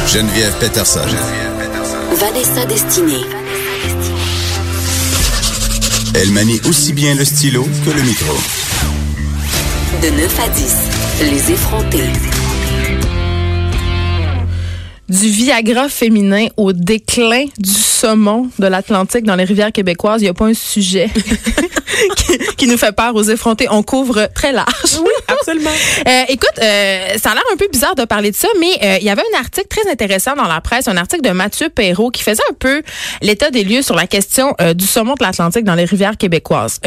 Geneviève Peterson. Vanessa Destinée. Elle manie aussi bien le stylo que le micro. De 9 à 10, les effrontés. Du Viagra féminin au déclin du saumon de l'Atlantique dans les rivières québécoises, il n'y a pas un sujet qui nous fait peur aux effrontés. On couvre très large. Oui, absolument. Écoute, ça a l'air un peu bizarre de parler de ça, mais il y avait un article très intéressant dans la presse, un article de Mathieu Perrault qui faisait un peu l'état des lieux sur la question du saumon de l'Atlantique dans les rivières québécoises.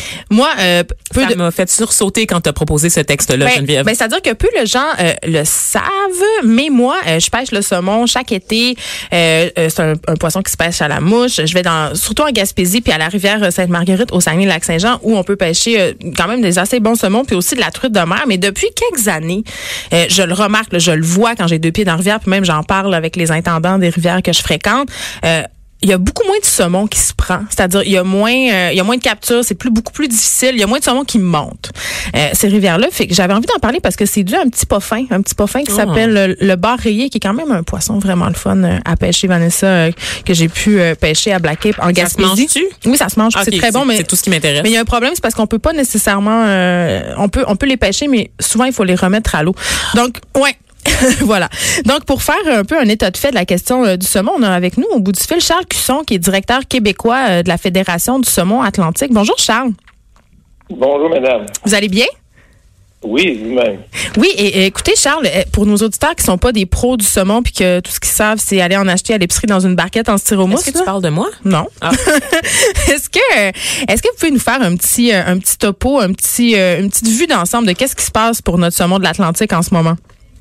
Ça m'a fait sursauter quand tu as proposé ce texte-là, Geneviève. C'est-à-dire que peu de gens le savent, mais moi, je pêche le saumon chaque été. C'est un poisson qui se pêche à la mouche. Je vais surtout en Gaspésie puis à la rivière Sainte-Marguerite au Saguenay-Lac-Saint-Jean où on peut pêcher quand même des assez bons saumons puis aussi de la truite de mer. Mais depuis quelques années, je le remarque, je le vois quand j'ai 2 pieds dans la rivière puis même j'en parle avec les intendants des rivières que je fréquente. Il y a beaucoup moins de saumon qui se prend. C'est-à-dire, il y a moins de captures, c'est beaucoup plus difficile. Il y a moins de saumon qui monte. Ces rivières-là, fait que j'avais envie d'en parler parce que c'est dû à un petit pas fin qui s'appelle le bar rayé, qui est quand même un poisson vraiment le fun à pêcher, Vanessa, que j'ai pu pêcher à Black Cape en Gaspésie. Ça se mange-tu? Oui, ça se mange. Okay, c'est très bon, mais c'est tout ce qui m'intéresse. Mais il y a un problème, c'est parce qu'on peut pas nécessairement, on peut les pêcher, mais souvent il faut les remettre à l'eau. Donc, ouais. Voilà. Donc, pour faire un peu un état de fait de la question du saumon, on a avec nous au bout du fil Charles Cusson, qui est directeur québécois de la Fédération du saumon atlantique. Bonjour, Charles. Bonjour, madame. Vous allez bien? Oui, vous-même. Oui, et écoutez, Charles, pour nos auditeurs qui sont pas des pros du saumon puis que tout ce qu'ils savent, c'est aller en acheter à l'épicerie dans une barquette en styromousse. Est-ce que tu parles de moi? Non. Ah. Est-ce que vous pouvez nous faire un petit topo, une petite vue d'ensemble de qu'est-ce qui se passe pour notre saumon de l'Atlantique en ce moment?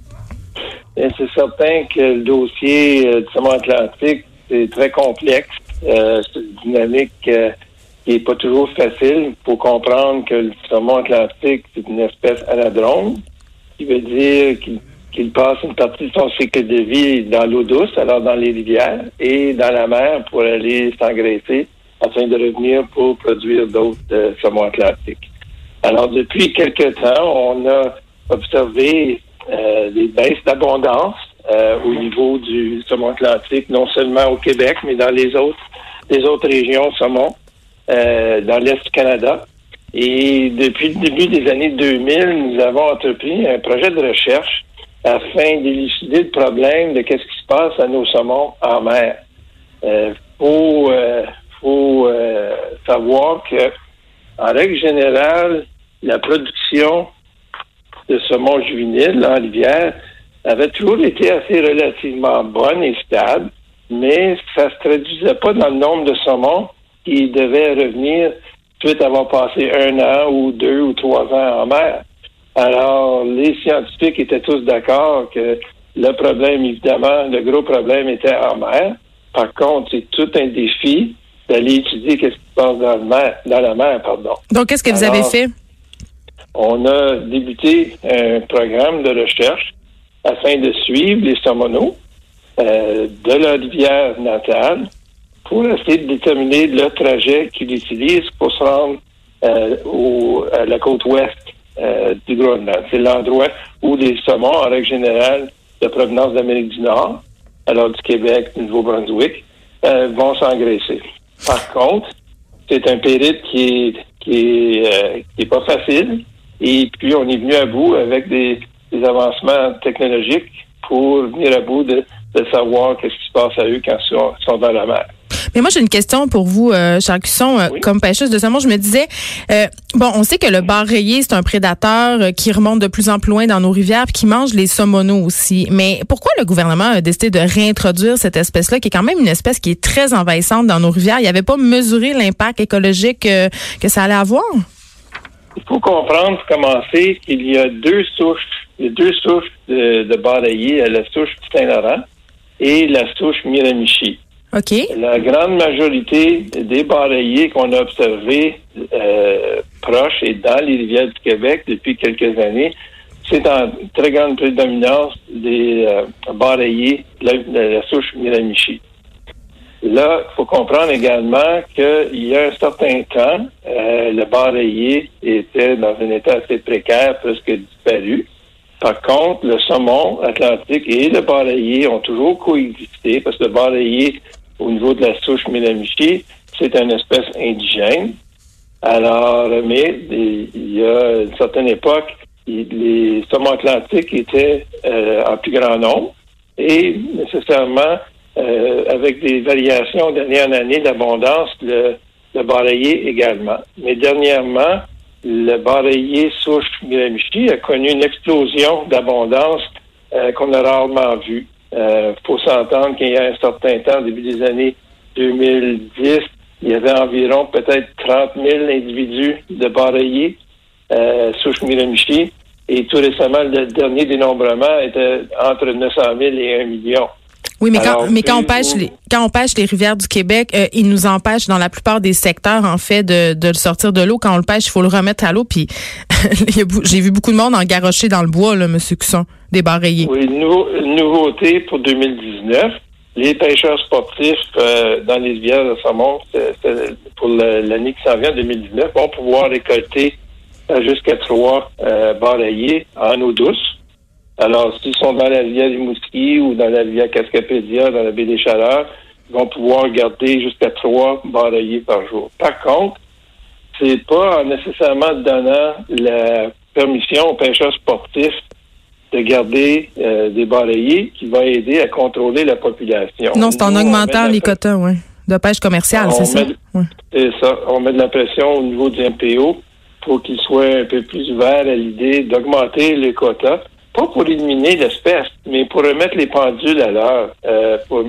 C'est certain que le dossier du saumon atlantique, c'est très complexe. C'est une dynamique qui n'est pas toujours facile. Il faut comprendre que le saumon atlantique, c'est une espèce anadrome, qui veut dire qu'il passe une partie de son cycle de vie dans l'eau douce, alors dans les rivières, et dans la mer pour aller s'engraisser afin de revenir pour produire d'autres saumons atlantiques. Alors, depuis quelque temps, on a observé des baisses d'abondance au niveau du saumon atlantique, non seulement au Québec, mais dans les autres régions saumon, dans l'Est du Canada. Et depuis le début des années 2000, nous avons entrepris un projet de recherche afin d'élucider le problème de qu'est-ce qui se passe à nos saumons en mer. Faut savoir que, en règle générale, la production de saumon juvénile en rivière avait toujours été assez relativement bonne et stable, mais ça ne se traduisait pas dans le nombre de saumons qui devaient revenir suite à avoir passé 1 an ou 2 ou 3 ans en mer. Alors, les scientifiques étaient tous d'accord que le problème, évidemment, le gros problème était en mer. Par contre, c'est tout un défi d'aller étudier ce qui se passe dans la mer. Donc, qu'est-ce que vous avez fait? On a débuté un programme de recherche afin de suivre les saumonaux de leur rivière natale pour essayer de déterminer le trajet qu'ils utilisent pour se rendre à la côte ouest du Groenland. C'est l'endroit où les saumons, en règle générale, de provenance d'Amérique du Nord, alors du Québec, du Nouveau-Brunswick, vont s'engraisser. Par contre, c'est un périple qui est pas facile. Et puis, on est venu à bout avec des avancements technologiques pour venir à bout de savoir qu'est-ce qui se passe à eux quand ils sont dans la mer. Mais moi, j'ai une question pour vous, Charles Cusson. Oui. Comme pêcheuse de saumon, je me disais, on sait que le bar rayé, c'est un prédateur qui remonte de plus en plus loin dans nos rivières et qui mange les saumonaux aussi. Mais pourquoi le gouvernement a décidé de réintroduire cette espèce-là, qui est quand même une espèce qui est très envahissante dans nos rivières? Il n'y avait pas mesuré l'impact écologique que ça allait avoir? Il faut comprendre, pour commencer, qu'il y a 2 souches. Il y a 2 souches de bar rayé, la souche Saint-Laurent et la souche Miramichi. OK. La grande majorité des bar rayés qu'on a observés proches et dans les rivières du Québec depuis quelques années, c'est en très grande prédominance des bar rayés de la souche Miramichi. Là, il faut comprendre également qu'il y a un certain temps, le bar rayé était dans un état assez précaire, presque disparu. Par contre, le saumon atlantique et le bar rayé ont toujours coexisté parce que le bar rayé, au niveau de la souche Miramichi, c'est une espèce indigène. Alors, mais il y a une certaine époque, les saumons atlantiques étaient en plus grand nombre et nécessairement avec des variations d'année en année d'abondance, le bar rayé également. Mais dernièrement, le bar rayé souche Miramichi a connu une explosion d'abondance qu'on a rarement vue. Faut s'entendre qu'il y a un certain temps, au début des années 2010, il y avait environ peut-être 30 000 individus de bar rayé souche Miramichi. Et tout récemment, le dernier dénombrement était entre 900 000 et 1 million. Oui, mais quand on pêche les rivières du Québec, ils nous empêchent dans la plupart des secteurs, en fait, de le sortir de l'eau. Quand on le pêche, il faut le remettre à l'eau. Puis j'ai vu beaucoup de monde engarrocher dans le bois, là, M. Cusson, des bar rayés. Oui, une nouveauté pour 2019. Les pêcheurs sportifs dans les rivières de saumon, pour l'année qui s'en vient, 2019, vont pouvoir récolter jusqu'à 3 bar rayés en eau douce. Alors, s'ils sont dans la rivière Rimouski ou dans la rivière Cascapédia, dans la baie des Chaleurs, ils vont pouvoir garder jusqu'à 3 bar rayés par jour. Par contre, c'est pas nécessairement donnant la permission aux pêcheurs sportifs de garder des bar rayés qui va aider à contrôler la population. Non, c'est en augmentant les quotas, oui, de pêche commerciale, c'est ça? Oui. C'est ça. On met de la pression au niveau du MPO pour qu'il soit un peu plus ouvert à l'idée d'augmenter les quotas. Pas pour éliminer l'espèce, mais pour remettre les pendules à l'heure, pour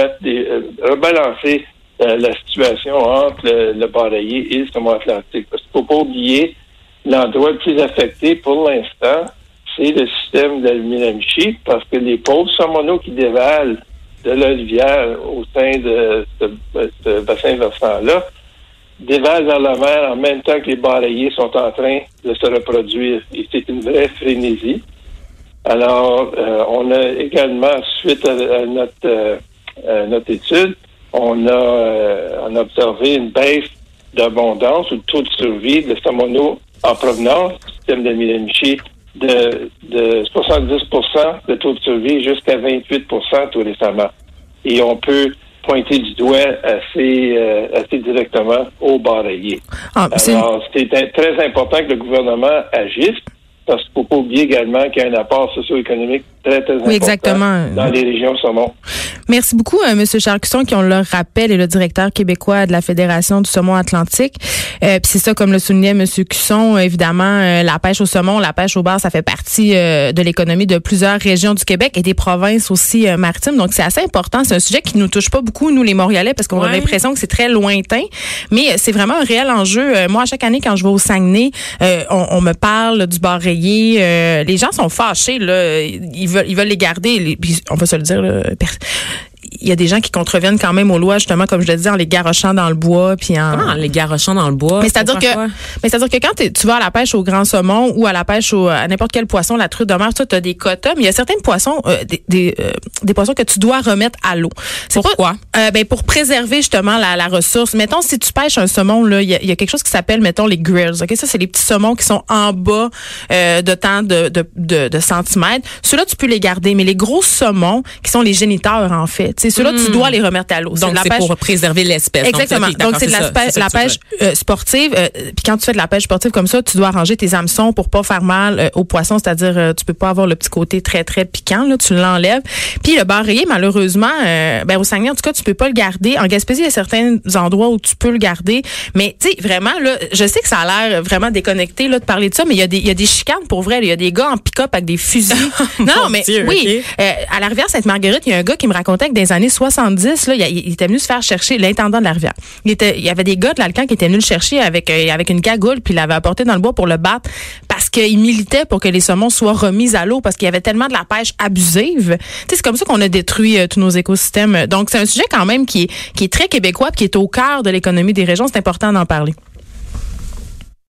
rebalancer la situation entre le bar rayé et le saumon atlantique. Parce qu'il ne faut pas oublier l'endroit le plus affecté pour l'instant, c'est le système de Miramichi, parce que les pauvres saumonaux qui dévalent de la rivière au sein de ce bassin versant-là dévalent vers la mer en même temps que les bar rayés sont en train de se reproduire. Et c'est une vraie frénésie. Alors, on a également, suite à notre étude, on a observé une baisse d'abondance ou de taux de survie de saumonaux en provenance du système de Miramichi de 70% de taux de survie jusqu'à 28% tout récemment. Et on peut pointer du doigt assez directement au bar rayé. Alors, c'est très important que le gouvernement agisse. Parce qu'il ne faut pas oublier également qu'il y a un apport socio-économique très, très important exactement. Dans les régions saumon. Merci beaucoup, M. Charles Cusson, qui, on le rappelle, est le directeur québécois de la Fédération du saumon atlantique. Puis c'est ça, comme le soulignait M. Cusson, évidemment, la pêche au saumon, la pêche au bar, ça fait partie de l'économie de plusieurs régions du Québec et des provinces aussi maritimes. Donc, c'est assez important. C'est un sujet qui nous touche pas beaucoup, nous, les Montréalais, parce qu'on a l'impression que c'est très lointain. Mais c'est vraiment un réel enjeu. Moi, à chaque année, quand je vais au Saguenay, on me parle du bar rayé. Les gens sont fâchés, là. Ils veulent les garder. Puis on va se le dire, là, il y a des gens qui contreviennent quand même aux lois, justement, comme je le disais, en les garochant dans le bois. Puis en les garochant dans le bois? Mais c'est-à-dire que quand tu vas à la pêche au grand saumon ou à la pêche à n'importe quel poisson, la truite de mer, tu as des quotas, mais il y a certains poissons, des poissons que tu dois remettre à l'eau. Pourquoi? Pour préserver justement la ressource. Mettons, si tu pêches un saumon, là, il y a quelque chose qui s'appelle, mettons, les grills. Ok, ça, c'est les petits saumons qui sont en bas de tant de centimètres. Ceux-là, tu peux les garder, mais les gros saumons, qui sont les géniteurs, en fait, ceux-là, tu dois les remettre à l'eau. Donc, c'est pour préserver l'espèce. Exactement. Donc, c'est de la pêche sportive. Puis quand tu fais de la pêche sportive comme ça, tu dois arranger tes hameçons pour pas faire mal aux poissons. C'est-à-dire, tu peux pas avoir le petit côté très, très piquant. Là, tu l'enlèves. Puis le bar rayé, malheureusement, au Saguenay, en tout cas, tu peux pas le garder. En Gaspésie, il y a certains endroits où tu peux le garder. Mais, tu sais, vraiment, là, je sais que ça a l'air vraiment déconnecté là, de parler de ça, mais il y a des chicanes pour vrai. Il y a des gars en pick-up avec des fusils. Non, mais Dieu, oui. Okay. À la rivière Sainte-Marguerite, il y a un gars qui me racontait que dans les années 70, là, il était venu se faire chercher, l'intendant de la rivière. Il y avait des gars de l'Alcan qui étaient venus le chercher avec une cagoule, puis il l'avait apporté dans le bois pour le battre parce qu'il militait pour que les saumons soient remis à l'eau parce qu'il y avait tellement de la pêche abusive. Tu sais, c'est comme ça qu'on a détruit tous nos écosystèmes. Donc, c'est un sujet quand même qui est très québécois, qui est au cœur de l'économie des régions. C'est important d'en parler.